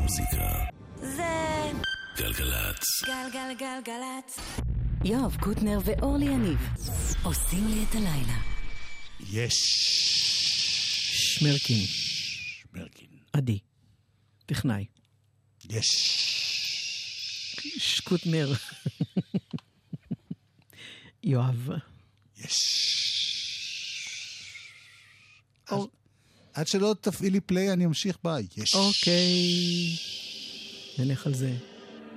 המוזיקה. זה גלגלצ. גלגלגלגלצ. יואב קוטנר ואורלי יניב עושים לי את הלילה. יש שמרקין עדי טכנאי יש שקוטנר יואב יש עד שלא תפעילי פליי אני אמשיך ביי. יש. אוקיי, נלך על זה.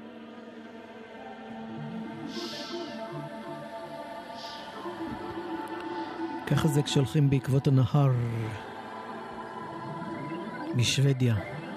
ככה זה כשהולכים בעקבות הנהר בשוודיה.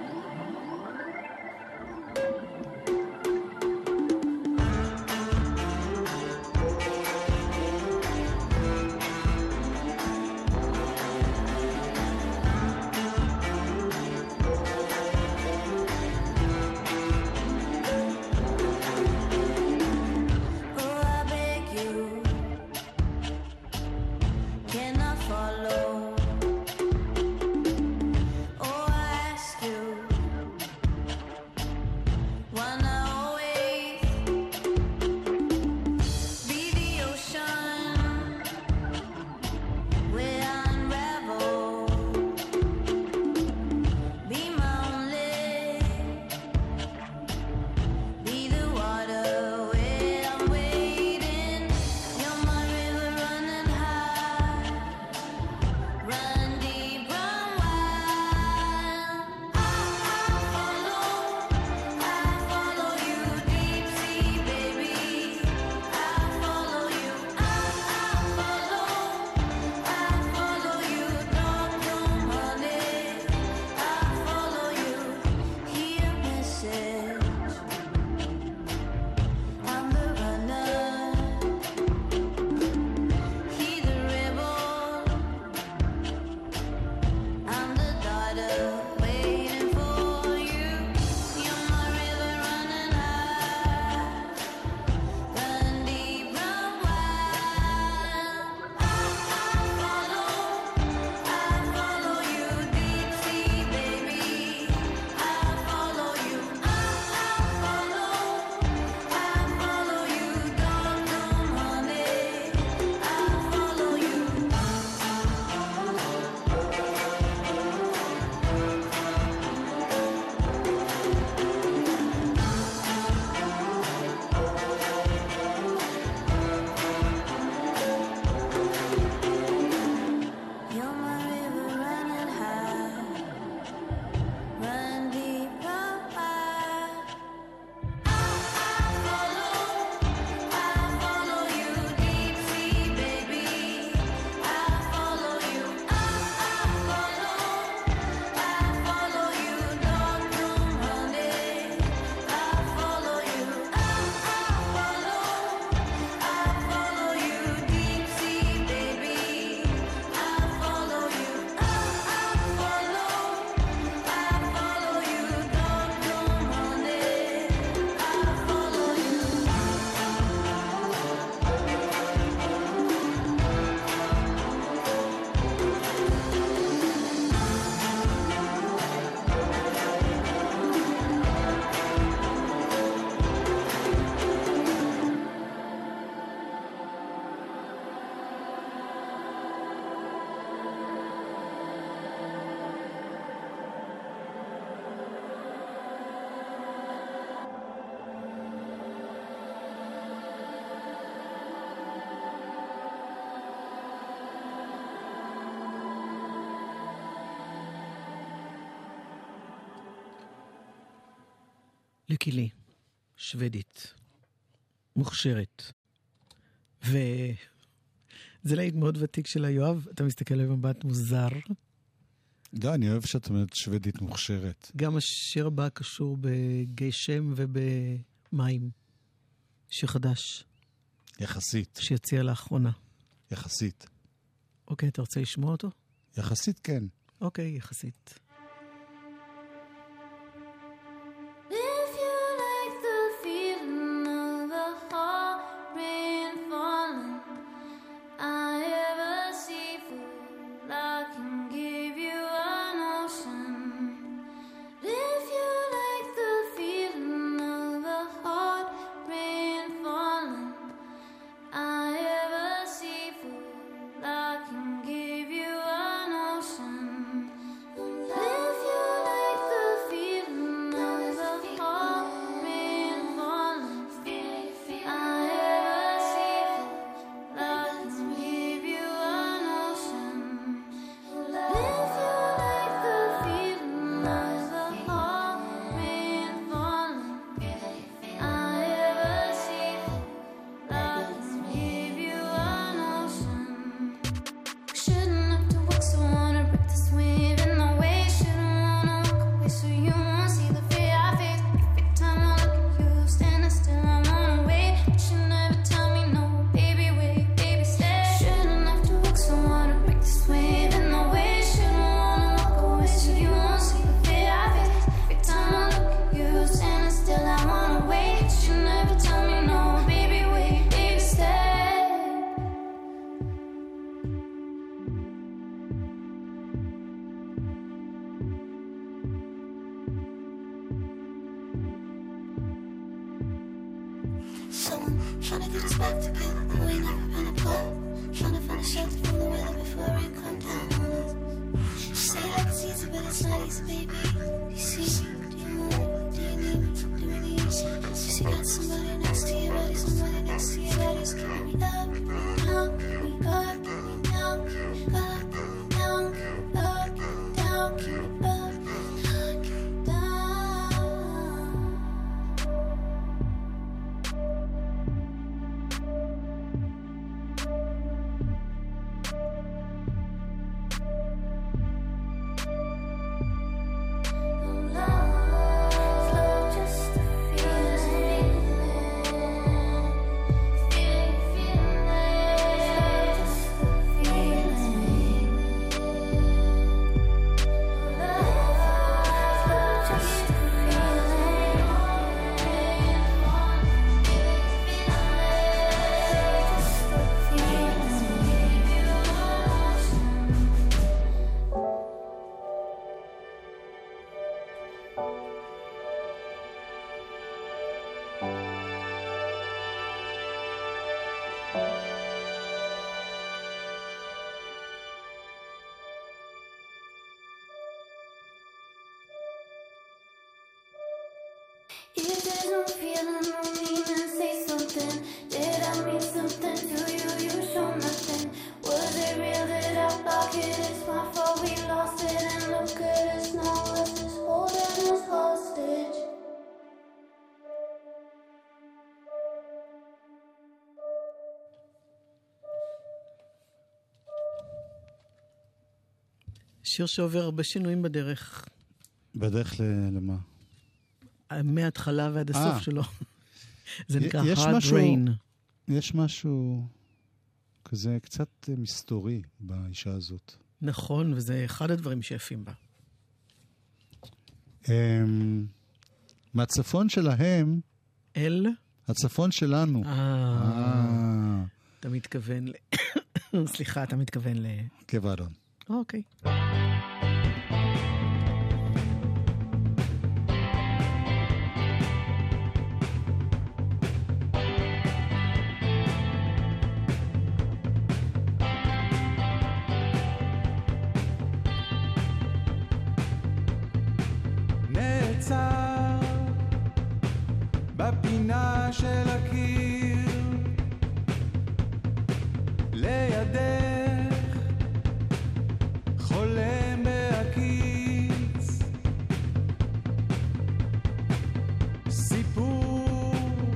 לקילי, שוודית, מוכשרת. וזה להיט מאוד ותיק של היואב, אתה מסתכל עליו במבט מוזר. לא, אני אוהב שאת אומרת שוודית מוכשרת. גם השיר הבא קשור בגשם ובמים. שיר חדש. יחסית. שיציע לאחרונה. יחסית. אוקיי, אתה רוצה לשמוע אותו? יחסית כן. אוקיי, יחסית. I can give you an ocean. If you like Someone trying to get us back together, but we never been apart. Trying to find a shelter from the weather before rain come down on us. You say like it's easy, but it's not easy, baby. Do you see me? Do you move? Do you need me? Do we need you? Since you got somebody next to your body, somebody next to your body's keeping me up, down, keep me up, keep me down, up, down, up, down, keep me up. If there's no feeling, no meaning, say something. Did I mean something to you? You show nothing. Was it real? Did I block it? It's my fault we lost it. And look at us now, us is holding us hostage. שיר שעובר הרבה שינויים בדרך. בדרך למה? מההתחלה ועד הסוף שלו. זה נקרא יש hard משהו- rain. יש משהו כזה קצת מסתורי באישה הזאת. נכון, וזה אחד הדברים שיפים בה. מהצפון שלהם, אל? הצפון שלנו. אתה מתכוון ל... סליחה, אתה מתכוון ל... כוורון. אוקיי. נעצר בפינה של הקיר לידך חולם בהקיץ סיפור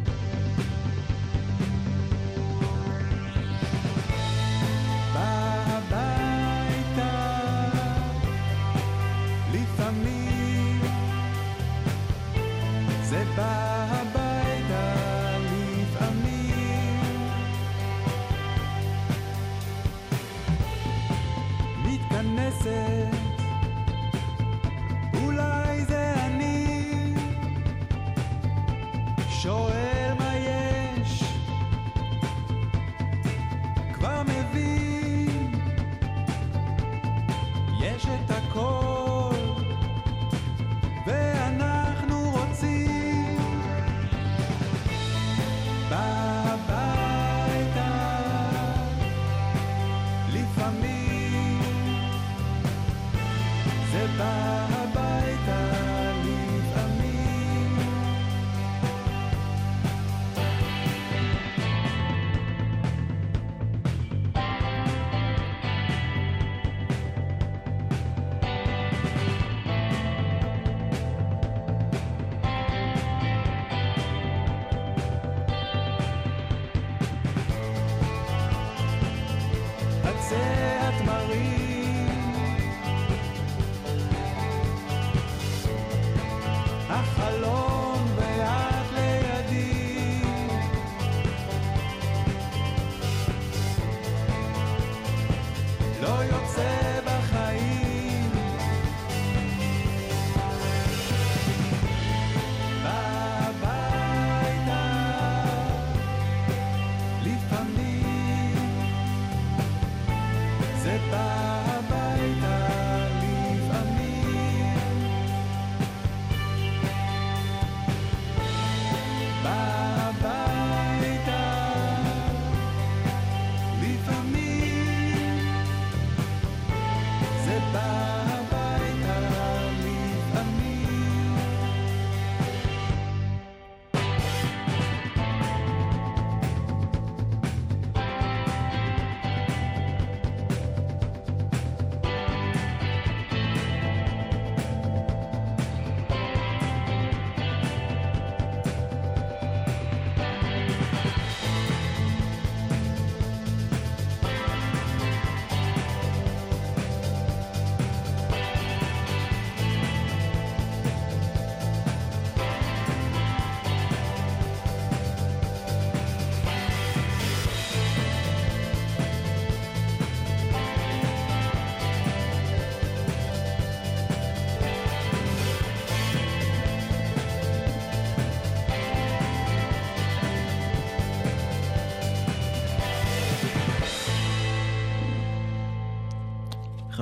בא הביתה לפעמים זה בא הביתה לפעמים מתכנסת אולי זה אני שואל מה יש כבר מבין יש את הכל ואנחנו רוצים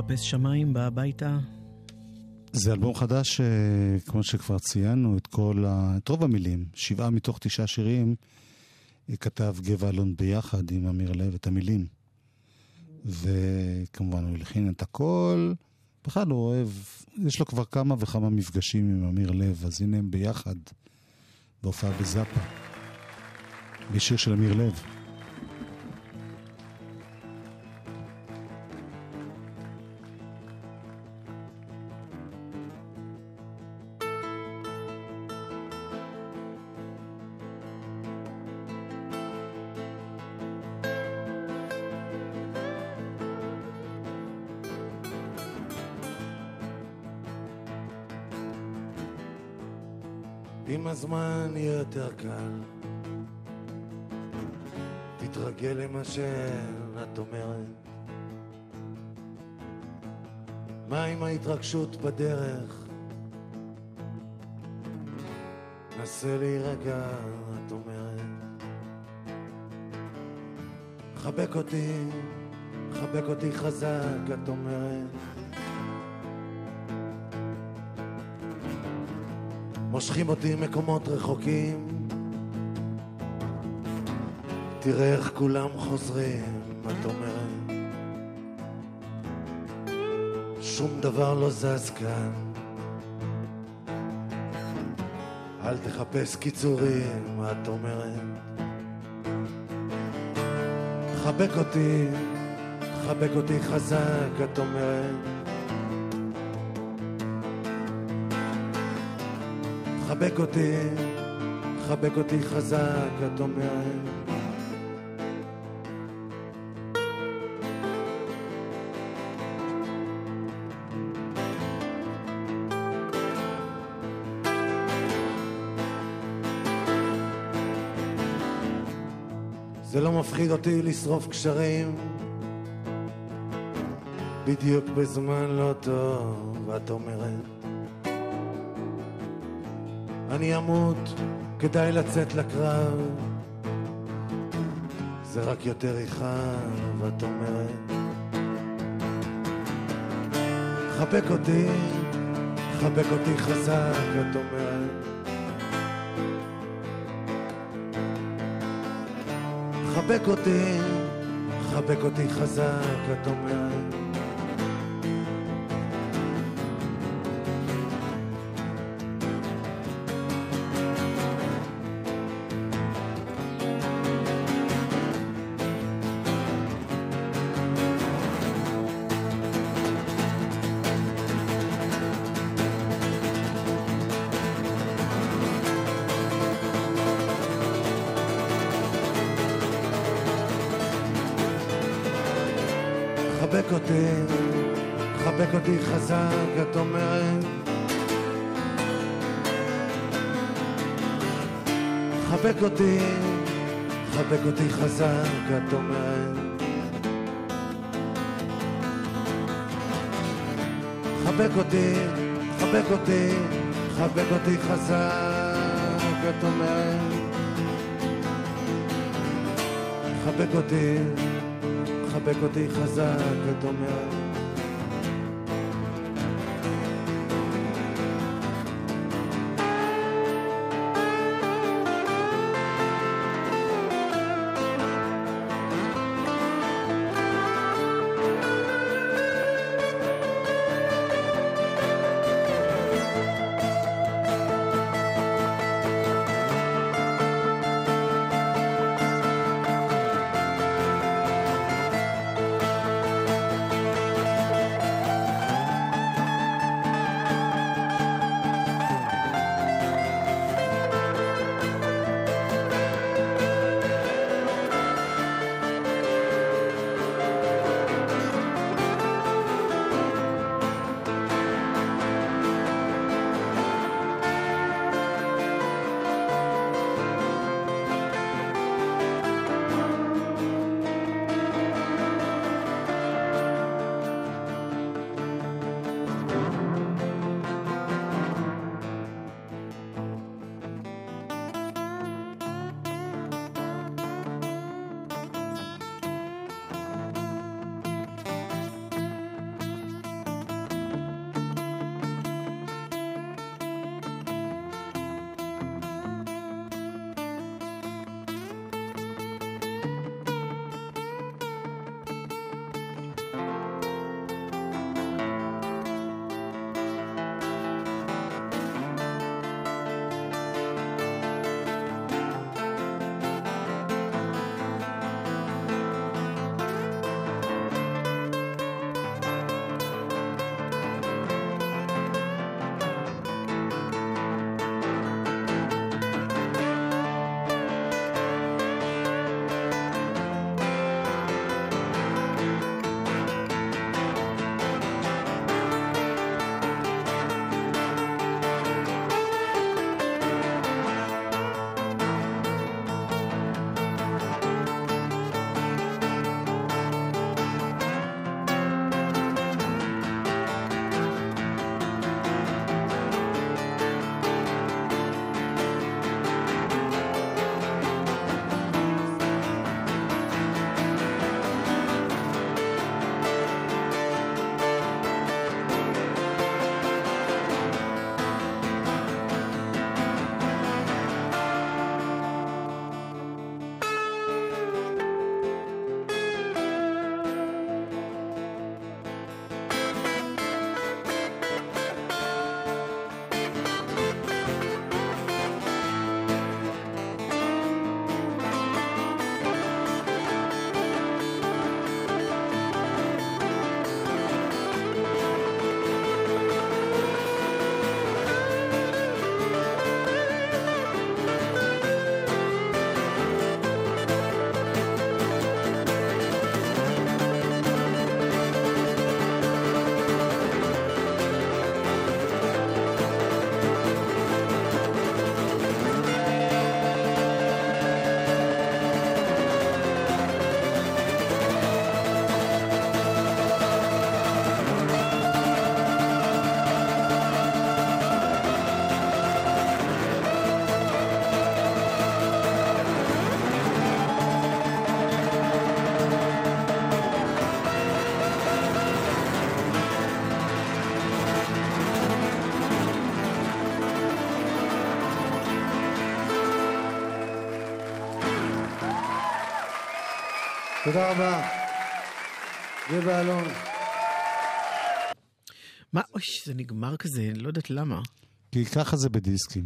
מחפש שמיים בא הביתה. זה אלבום חדש, כמו שכבר ציינו, את רוב המילים, 7 מתוך 9 שירים, כתב גבע אלון ביחד עם אמיר לב את המילים. וכמובן הוא הלחין את הכל, בכלל הוא אוהב, יש לו כבר כמה וכמה מפגשים עם אמיר לב, אז הנה הם ביחד, בהופעה בזאפה, בשיר של אמיר לב. עם הזמן יהיה יותר קל, תתרגל למה שאת אומרת. מה עם ההתרגשות בדרך? נסה להירגע, את אומרת. חבק אותי חזק, את אומרת. מושכים אותי מקומות רחוקים, תראה איך כולם חוזרים, את אומרת. שום דבר לא זז כאן, אל תחפש קיצורים, את אומרת. חבק אותי חזק, את אומרת. חבק אותי חזק, את אומרת. זה לא מפחיד אותי לשרוף קשרים, בדיוק בזמן לא טוב, את אומרת. אני אמות, כדאי לצאת לקרב, זה רק יותר יחב, את אומרת. חבק אותי חזק, את אומרת. חבק אותי חזק, את אומרת. חבק אותי חזק, את אומרת. חבק אותי חזק, את אומרת. חבק אותי חזק, את אומרת. חבק אותי חזק, את אומרת. תודה רבה. ובאלון. מה, אוי, זה נגמר כזה, אני לא יודעת למה. כי ככה זה בדיסקים.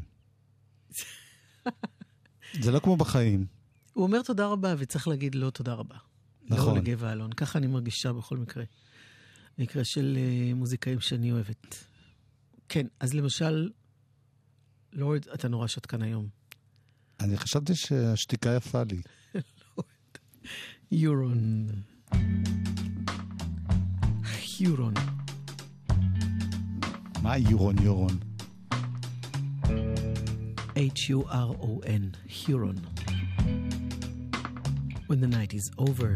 זה לא כמו בחיים. הוא אומר תודה רבה, וצריך להגיד לא תודה רבה. נכון. לא לגב האלון. ככה אני מרגישה בכל מקרה. מקרה של מוזיקאים שאני אוהבת. כן, אז למשל, לורד, אתה נורא שתקן היום. אני חשבתי שהשתיקה יפה לי. יורון. יורון. מה יורון יורון? Huron. Huron. When the night is over.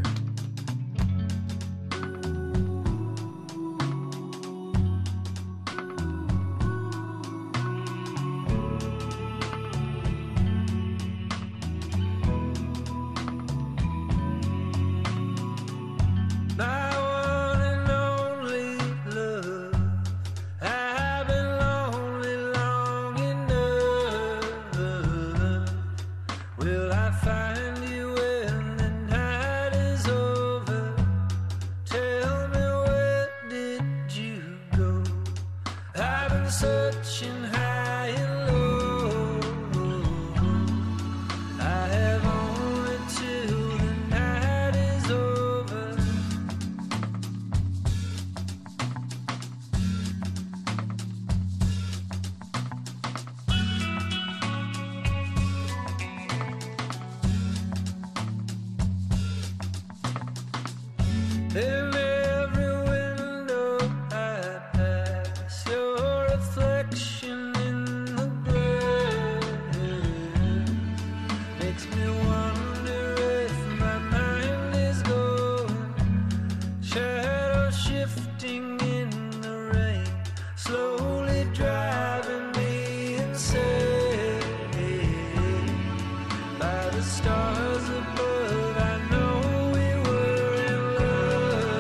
Stars above, I know we were in love.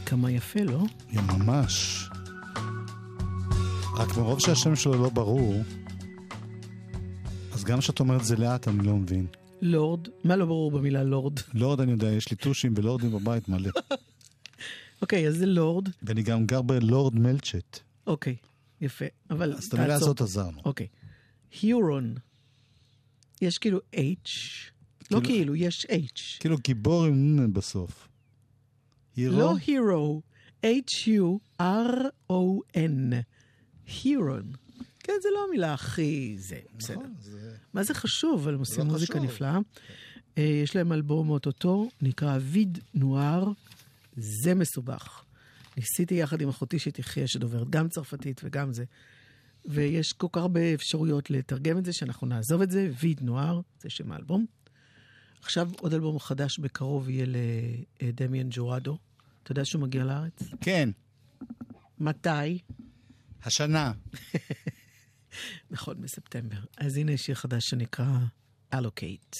כמה יפה, לא? יא ממש. רק מרוב שהשם שלו לא ברור, אז גם שאת אומרת זה לאט, אני לא מבין. לורד? מה לא ברור במילה לורד? לורד אני יודע, יש לי טושים ולורדים בבית מלא. אוקיי, אז זה לורד. ואני גם גר בלורד מלצ'ט. אוקיי, יפה. אבל אז את המילה הזאת עזרנו. אוקיי. היורון. יש כאילו H. לא כאילו, יש H. כאילו גיבור עם נ' בסוף. הירו? לא הירו. H-U-R-O-N. הירון. כן, זה לא המילה הכי זה. בסדר. מה זה חשוב? אבל הם עושים מוזיקה נפלאה. יש להם אלבום אוטוטו, נקרא ויד נואר. זה מסובך. ניסיתי יחד עם אחותי שתחיה, שדוברת גם צרפתית וגם זה. ויש כל כך הרבה אפשרויות לתרגם את זה, שאנחנו נעזוב את זה. ויד נואר, זה שם האלבום. עכשיו עוד אלבום חדש בקרוב יהיה לדמיאן ג'ורדו. אתה יודע שהוא מגיע לארץ? כן. מתי? השנה. נכון, בספטמבר. אז הנה שיר חדש שנקרא Allocate.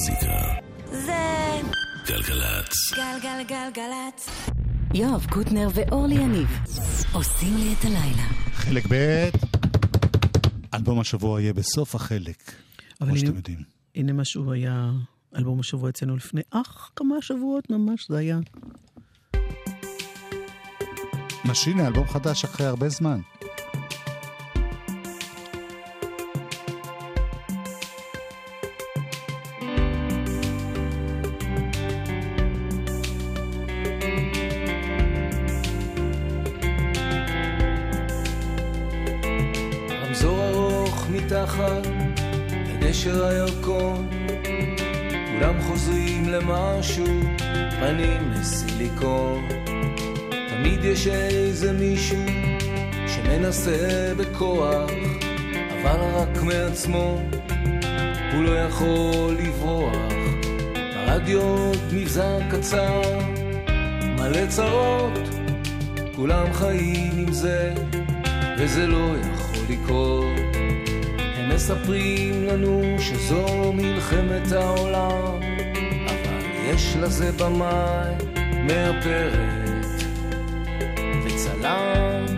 המוזיקה. זה גלגלצ. גלגלגלגלצ. יואב קוטנר ואורלי יניב עושים לי את הלילה. חלק ב' אלבום השבוע יהיה בסוף החלק, כמו שאתם יודעים. הנה משהו היה, אלבום השבוע אצלנו לפני כמה שבועות ממש זה היה. משינה, אלבום חדש אחרי הרבה זמן. רמזור ארוך מתחת לגשר הירקון, כולם חוזרים למשהו, פנים לסיליקון. תמיד יש איזה מישהו שמנסה בכוח, אבל רק מעצמו הוא לא יכול לברוח. ברדיו מבזק קצר מלא צרות, כולם חיים עם זה וזה לא יכול לקרות. הם מספרים לנו שזו מלחמת העולם, אבל יש לזה במאי מאפרת וצלם.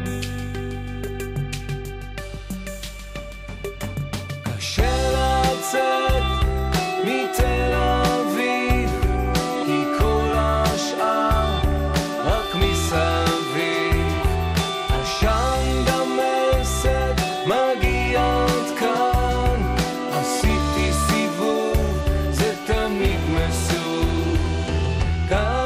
קשה לצאת מתל אביב, כי כל השאר רק מסביב. עשן דמשק מגיע עד כאן, עשיתי סיבוב, זה תמיד מסוכן.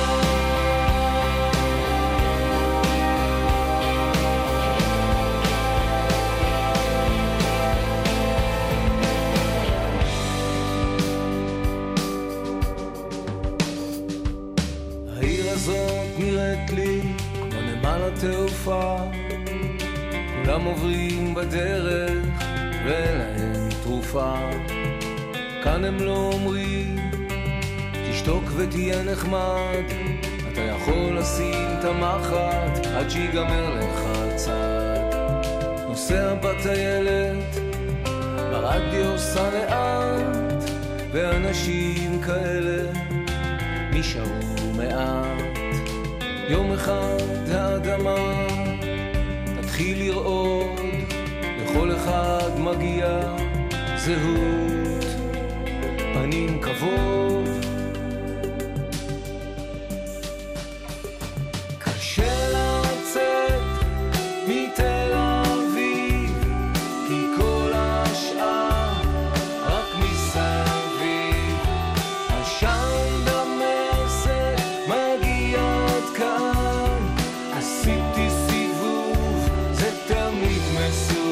העיר הזאת נראית לי כמו נמל התעופה, כולם עוברים בדרך ולהם תרופה. כאן הם לא אומרים תשתוק ותהיה נחמד, אתה יכול לשים את המחט עד שיגמר לך צד. נוסע בטיילת ברדיו סע לאט, ואנשים כאלה נשארו מעט. יום אחד האדמה תתחיל לרעוד, לכל אחד מגיע זהות, פנים כבוד. קשה לצאת מתל אביב, כי כל השאר רק מסביב. עשן דמשק מגיע עד כאן, עשיתי סיבוב, זה תמיד מסוכן.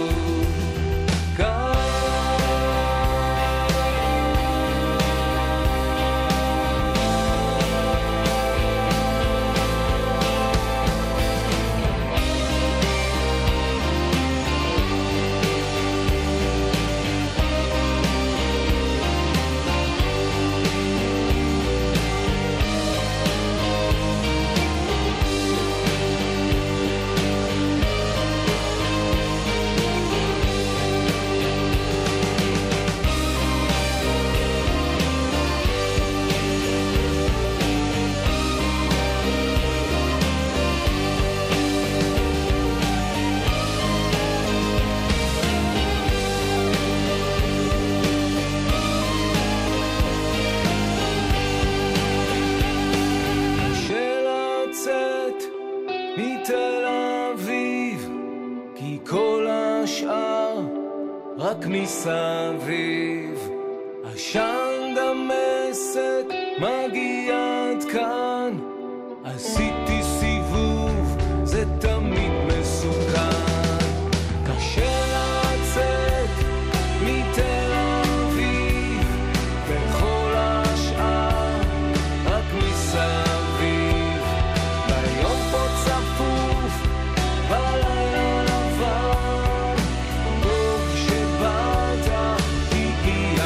מתל אביב, כי כל השאר רק מסביב. עשן דמשק מגיע עד כאן, עשיתי סיבוב, זה תמיד מסוכן. קשה לצאת מתל אביב, וכל השאר רק מסביב. ביום פה צפוף, בלילה לבן, טוב שבאת, הגיע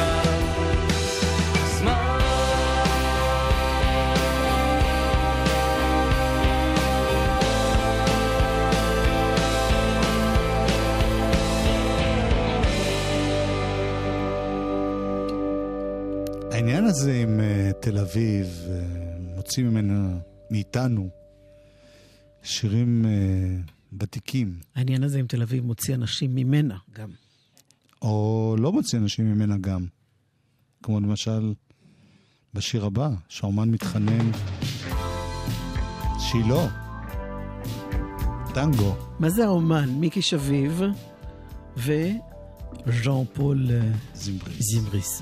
הזמן. הזה עם תל אביב, מוציא מאיתנו שירים ותיקים. העניין הזה עם תל אביב מוציא אנשים ממנה גם. או לא מוציא אנשים ממנה גם. כמו למשל בשיר הבא, שהאומן מתחנן שהיא לא. טנגו. מה זה האומן? מיקי שביב וז'אן פול זימבריס.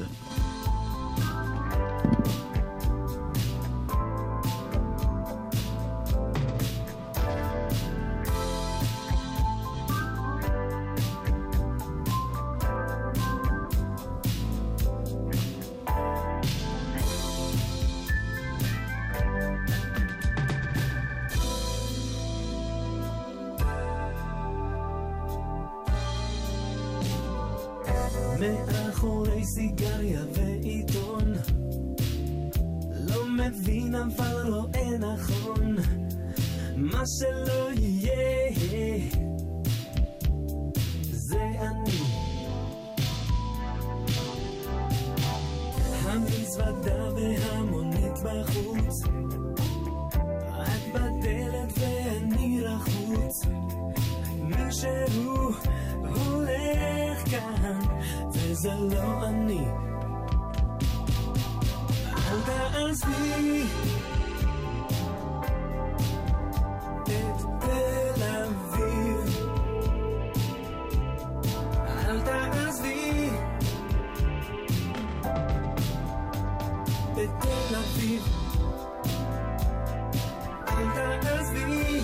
מאחורי סיגריה ועיתון, לא מבין אבל רואה נכון, מה שלא יהיה זה אני. המזוודה והמונית בחוץ, את בדלת ואני רחוץ, מישהו הולך כאן וזה לא אני. אל תעזבי את תל אביב, אל תעזבי את תל אביב, אל תעזבי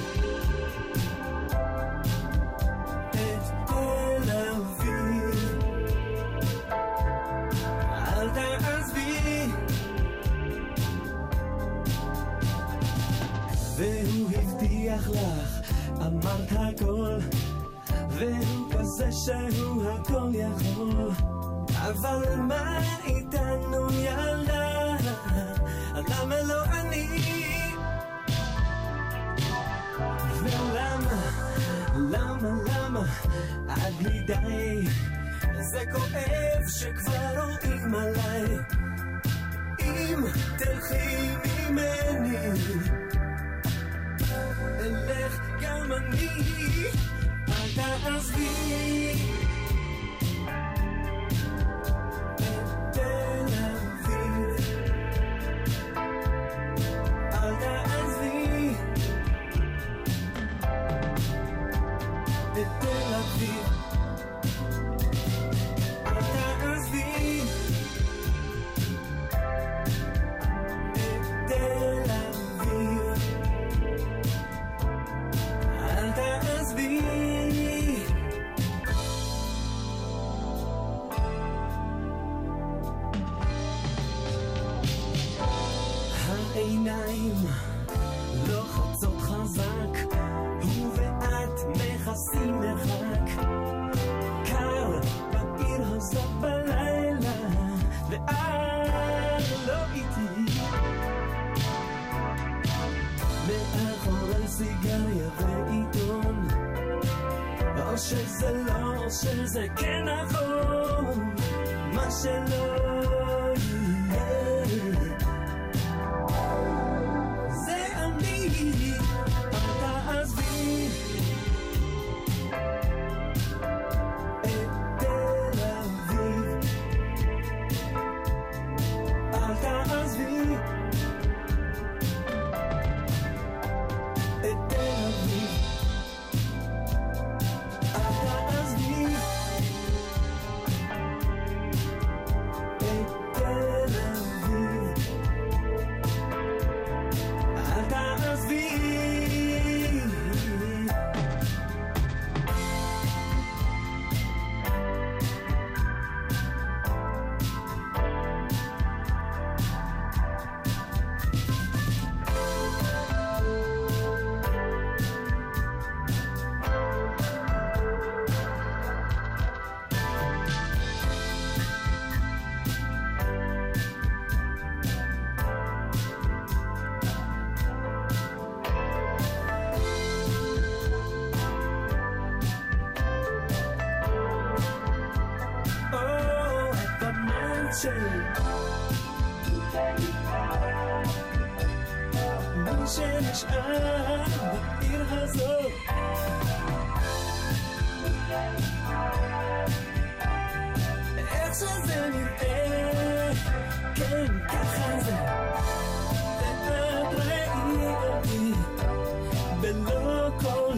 והוא הבטיח לך, אמרת הכל, והוא כזה שהוא הכל יכול, אבל מה איתנו ילדה? למה לא אני? ולמה, למה, עד מדי, זה כואב שכבר רואים עליי, אם תלכי ממני אלך גם אני, אל תעזבי את תל אביב, אל תעזבי את תל אביב, אל תעזבי את תל אביב, העיניים לוחצות חזק, הוא ואת מכסים מרחק, קר בעיר הזאת בלילה, ואת לא איתי, מאחורי סיגריה ועיתון, או שזה לא, או שזה כן נכון, מה שלא מי שנשאר בעיר הזאת איך שזה נראה כן ככה זה ואת ראי אותי בלא קול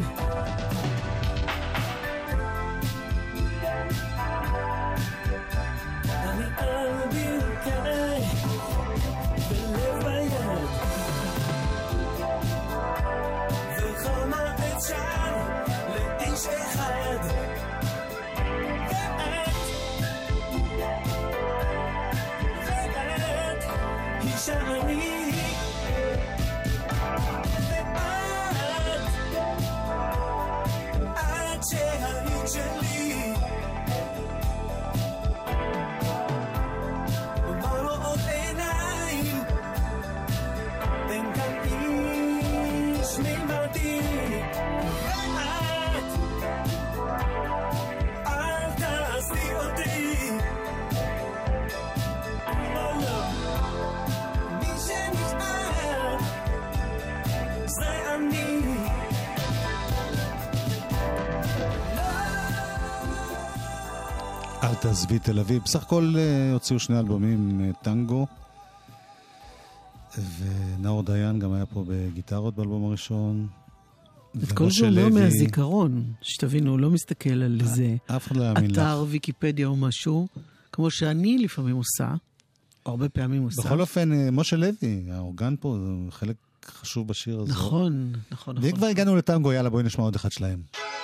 אני על ברכיי בלב ביד וחמה אפשר לאיש אחד ואת היא שאני ואת שהיית שלי ומראות עיניים אין כאן איש מלבדי ואת אל תעזבי אותי מי שנשאר זה אני אל תעזבי תל אביב. בסך הכל הוציאו שני אלבומים, טנגו, ונאור דיין גם היה פה בגיטרות באלבום הראשון. את כל זה אומר מהזיכרון, שתבינו, הוא לא מסתכל על זה. אף אחד לא יאמין לך. אתר, ויקיפדיה או משהו, כמו שאני לפעמים עושה, הרבה פעמים עושה. בכל אופן, משה לוי, האורגן פה, זה חלק חשוב בשיר הזה. נכון, נכון. ואם כבר הגענו לטנגו, יאללה, בואי נשמע עוד אחד שלהם.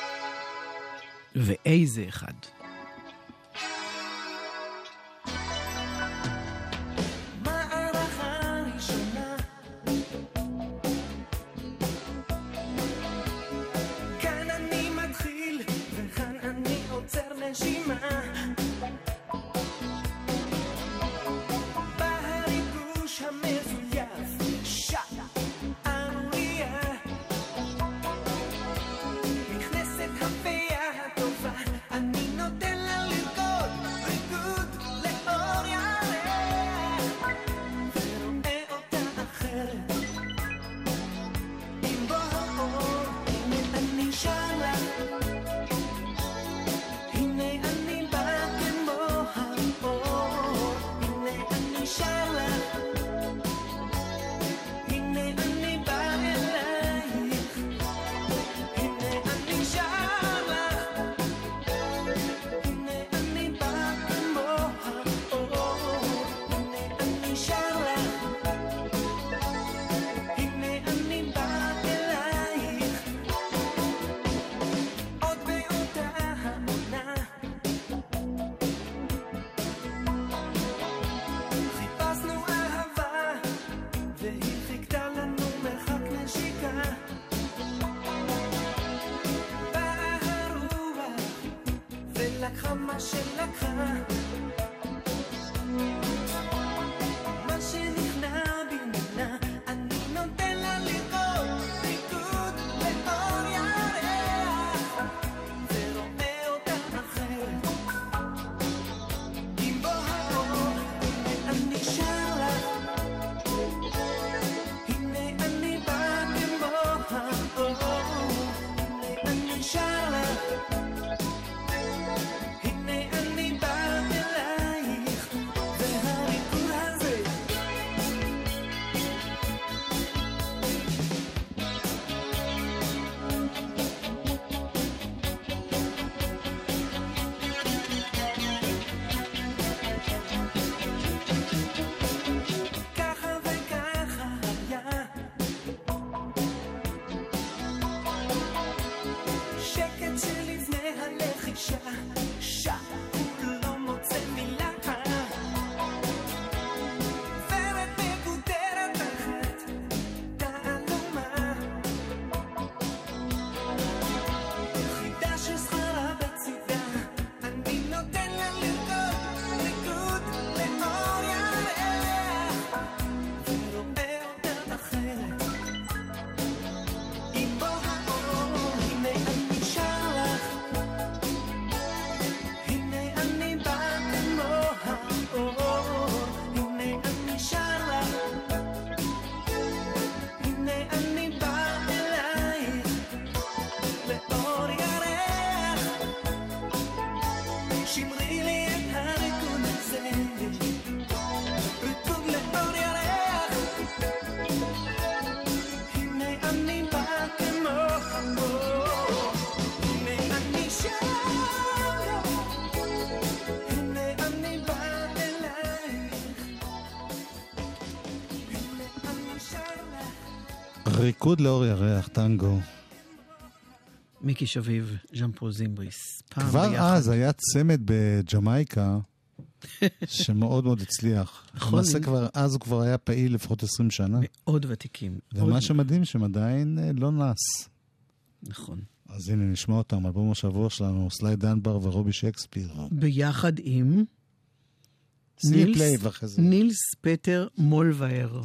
ואיזה אחד. הנה אני בא ריקוד לאור ירח, טנגו. מיקי שביב, ז'אן פול זימבריס. כבר אז היה צמד בג'מייקה שמאוד מאוד הצליח. נכון. למעשה כבר אז הוא כבר היה פעיל לפחות 20 שנה. מאוד ותיקים. ומה שמדהים שהם עדיין לא נס. נכון. אז הנה נשמע אותם, אלבום השבוע שלנו, סליי דנבר ורובי שייקספיר. ביחד עם סליפ לייב אחרי זה. נילס פטר מולווייר.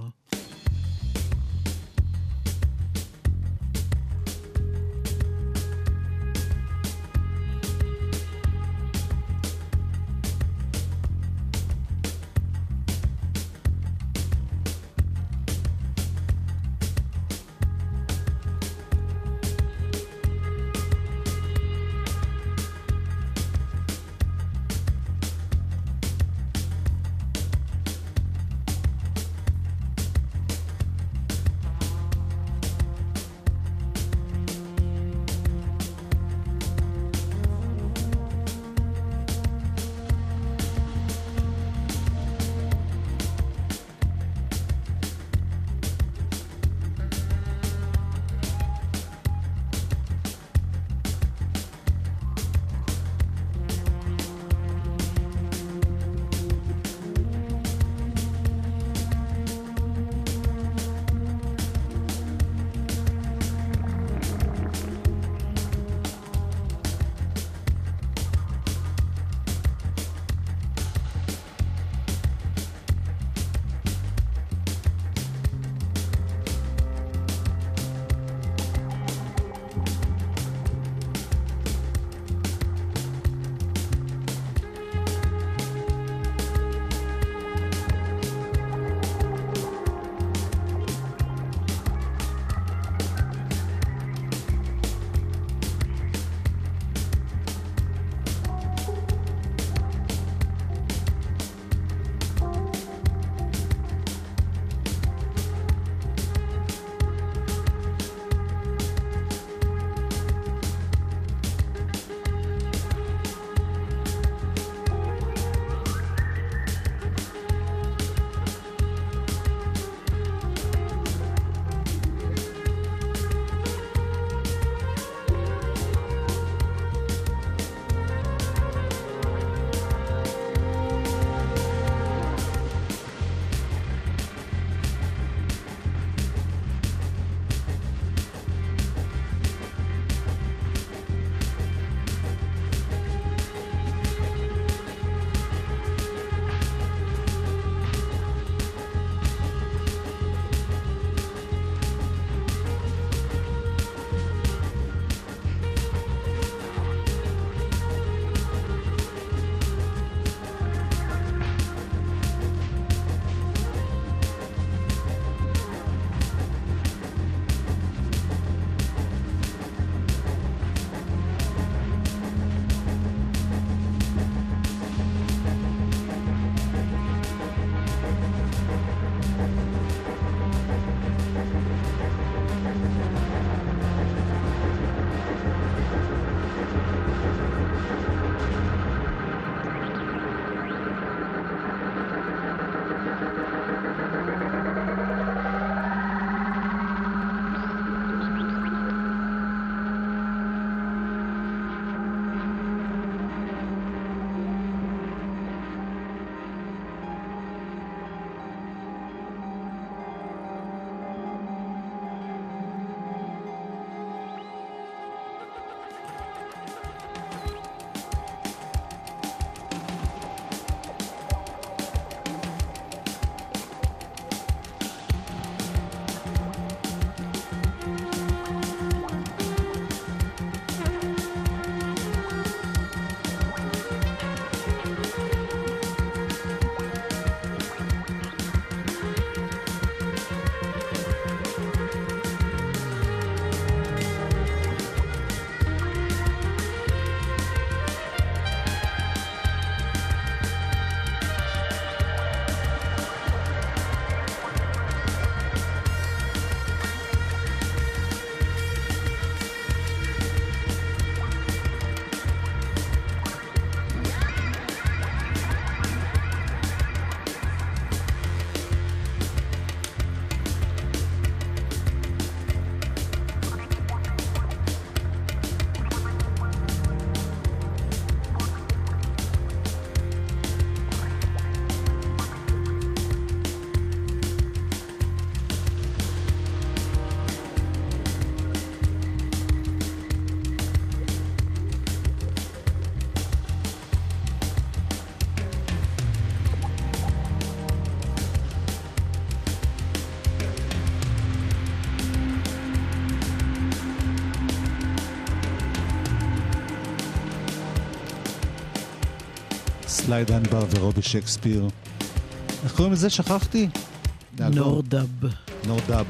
סליי דנבר ורובי שייקספיר. איך קוראים לזה? שכחתי? נורדאב. נורדאב.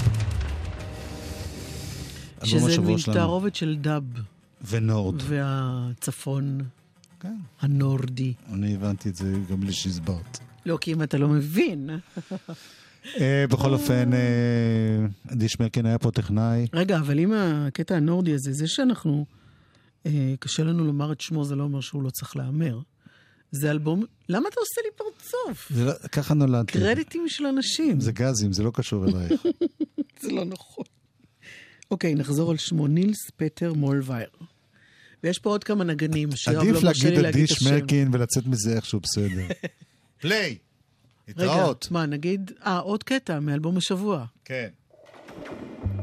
שזה מין תערובת של דאב. ונורד. והצפון כן. הנורדי. אני הבנתי את זה גם בלי שהסברת. לא, כי אם אתה לא מבין. בכל אופן, עדי שמרקין היה פה טכנאי. רגע, אבל אם הקטע הנורדי הזה, זה שאנחנו, קשה לנו לומר את שמו, זה לא אומר שהוא לא צריך לאמר. זה אלבום, למה אתה עושה לי פרצוף? ככה נולדתי. קרדיטים של אנשים. זה גזים, זה לא קשור אלייך. זה לא נכון. אוקיי, נחזור על שמו, נילס פטר מולווייר. ויש פה עוד כמה נגנים, עדיף להגיד עדי שמרקין ולצאת מזה איכשהו בסדר. פליי! התראות. רגע, מה, נגיד, עוד קטע מאלבום השבוע. כן.